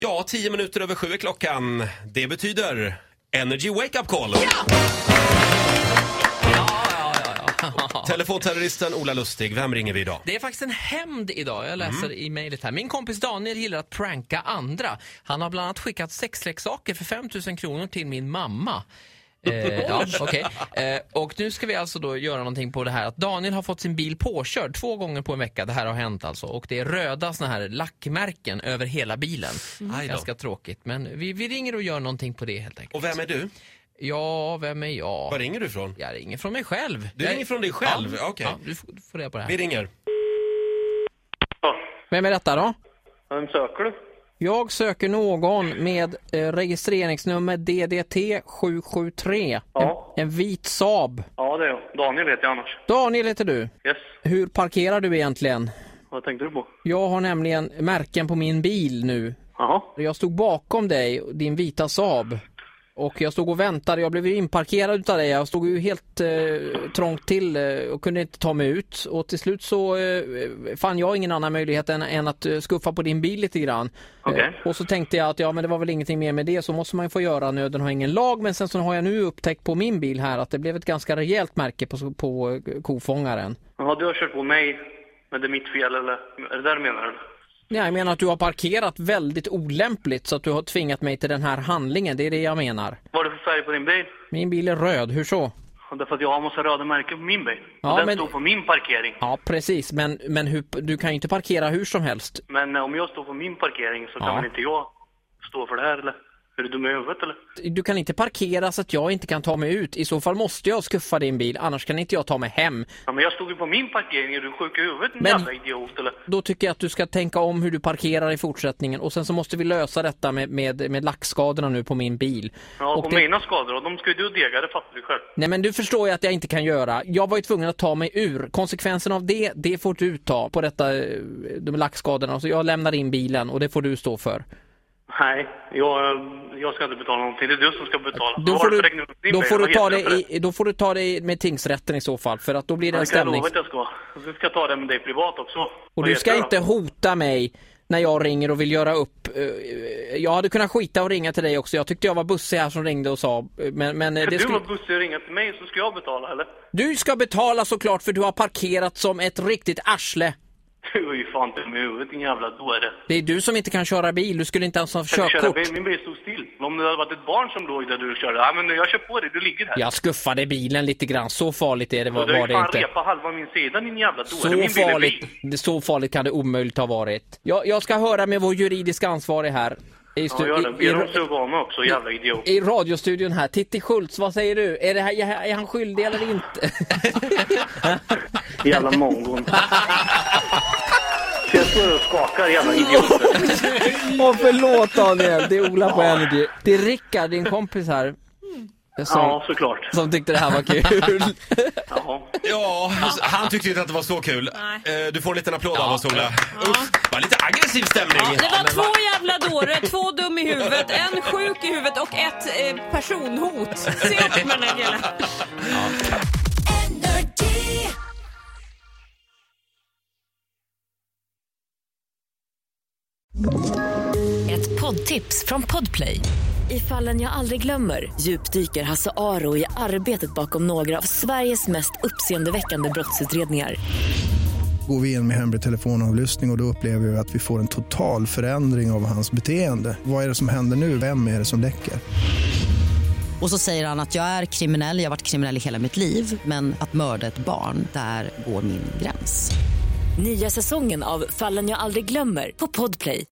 Ja, 10 minuter över 7 är klockan. Det betyder Energy Wake Up Call. Ja! Telefonterroristen Ola Lustig, vem ringer vi idag? Det är faktiskt en hämnd idag, jag läser i mejlet här. Min kompis Daniel gillar att pranka andra. Han har bland annat skickat sexleksaker för 5 000 kronor till min mamma. Ja, okej. Och nu ska vi alltså då göra någonting på det här att Daniel har fått sin bil påkörd 2 gånger på en vecka. Det här har hänt alltså. Och det är röda såna här lackmärken över hela bilen. Ganska tråkigt. Men vi ringer och gör någonting på det helt enkelt. Och vem är du? Ja, vem är jag? Var ringer du ifrån? Jag ringer från mig själv. Du ringer från dig själv? Ja, okej. ja, du får reda på det här. Vi ringer. Vem är detta då? Vem söker du? Jag söker någon med registreringsnummer DDT 773. Ja. En vit Saab. Ja, det är jag. Daniel heter jag annars. Daniel heter du. Yes. Hur parkerar du egentligen? Vad tänkte du på? Jag har nämligen märken på min bil nu. Jaha. Jag stod bakom dig, din vita Saab. Och jag stod och väntade, jag blev inparkerad utav dig. Jag stod ju helt trångt till och kunde inte ta mig ut. Och till slut så fann jag ingen annan möjlighet än att skuffa på din bil lite grann. Okay. Och så tänkte jag att ja, men det var väl ingenting mer med det. Så måste man ju få göra, nöden har ingen lag. Men sen så har jag nu upptäckt på min bil här att det blev ett ganska rejält märke på kofångaren. Jaha, du har kört på mig. Men det är mitt fel, eller? Är det där du menar? Nej, jag menar att du har parkerat väldigt olämpligt så att du har tvingat mig till den här handlingen. Det är det jag menar. Vad är det för färg på din bil? Min bil är röd, hur så? Därför att jag har massa röda märken på min bil. Ja, och den men... står på min parkering. Ja, precis. Men du kan ju inte parkera hur som helst. Men om jag står på min parkering så kan väl inte jag stå för det här, eller? Är du dum i huvudet, eller? Du kan inte parkera så att jag inte kan ta mig ut. I så fall måste jag skuffa din bil, annars kan inte jag ta mig hem. Ja, men jag stod ju på min parkering. Är du sjuk i huvudet, jävla idiot, eller? Då tycker jag att du ska tänka om hur du parkerar i fortsättningen. Och sen så måste vi lösa detta med lackskadorna nu på min bil. Ja, och på mina skador. Och de ska ju du dega, det fattar du själv. Nej, men du förstår ju att jag inte kan göra. Jag var ju tvungen att ta mig ur. Konsekvensen av det får du ta på detta, de lackskadorna. Så jag lämnar in bilen och det får du stå för. Nej, jag ska inte betala någonting. Det är du som ska betala. Då får du ta det med tingsrätten i så fall. För att då blir det en stämning. Jag ska ta det med dig privat också. Och du ska inte hota mig när jag ringer och vill göra upp. Jag hade kunnat skita och ringa till dig också. Jag tyckte jag var bussig här som ringde och sa. Men du var bussig och ringa till mig så ska jag betala, eller? Du ska betala såklart för du har parkerat som ett riktigt arsle. Du är ju fan inte med huvudet, din jävla dåre. Det är du som inte kan köra bil. Du skulle inte ens ha körkort. Min bil stod still. Om det hade varit ett barn som låg där du körde. Ja, men jag kör på dig, du ligger här. Jag skuffade bilen lite grann. Så farligt är det, var det inte. Du är fan repa halva min sida, din jävla dåre. Så farligt kan det omöjligt ha varit. Jag ska höra med vår juridiska ansvarig här. Också, jävla idiot. I radiostudion här. Titti Schultz, vad säger du? Är han skyldig eller inte? Jävla mongon. Jag står och skakar, jävla idioter. Förlåt Daniel, det är Ola på Energy. Det är Rickard, din kompis här. Såklart. Som tyckte det här var kul. Ja, han tyckte inte att det var så kul. Du får en liten applåd av oss, Ola. Var lite aggressiv stämning. Det var 2 jävla dåre, 2 dum i huvudet, en sjuk i huvudet och ett personhot. Se upp med den här killen. Ett poddtips från Podplay. I Fallen jag aldrig glömmer djupdyker Hasse Aro i arbetet bakom några av Sveriges mest uppseendeväckande brottsutredningar. Går vi in med hemlig telefonavlyssning och då upplever vi att vi får en total förändring av hans beteende. Vad är det som händer nu? Vem är det som läcker? Och så säger han att jag är kriminell, jag har varit kriminell i hela mitt liv. Men att mörda ett barn, där går min gräns. Nya säsongen av Fallen jag aldrig glömmer på Podplay.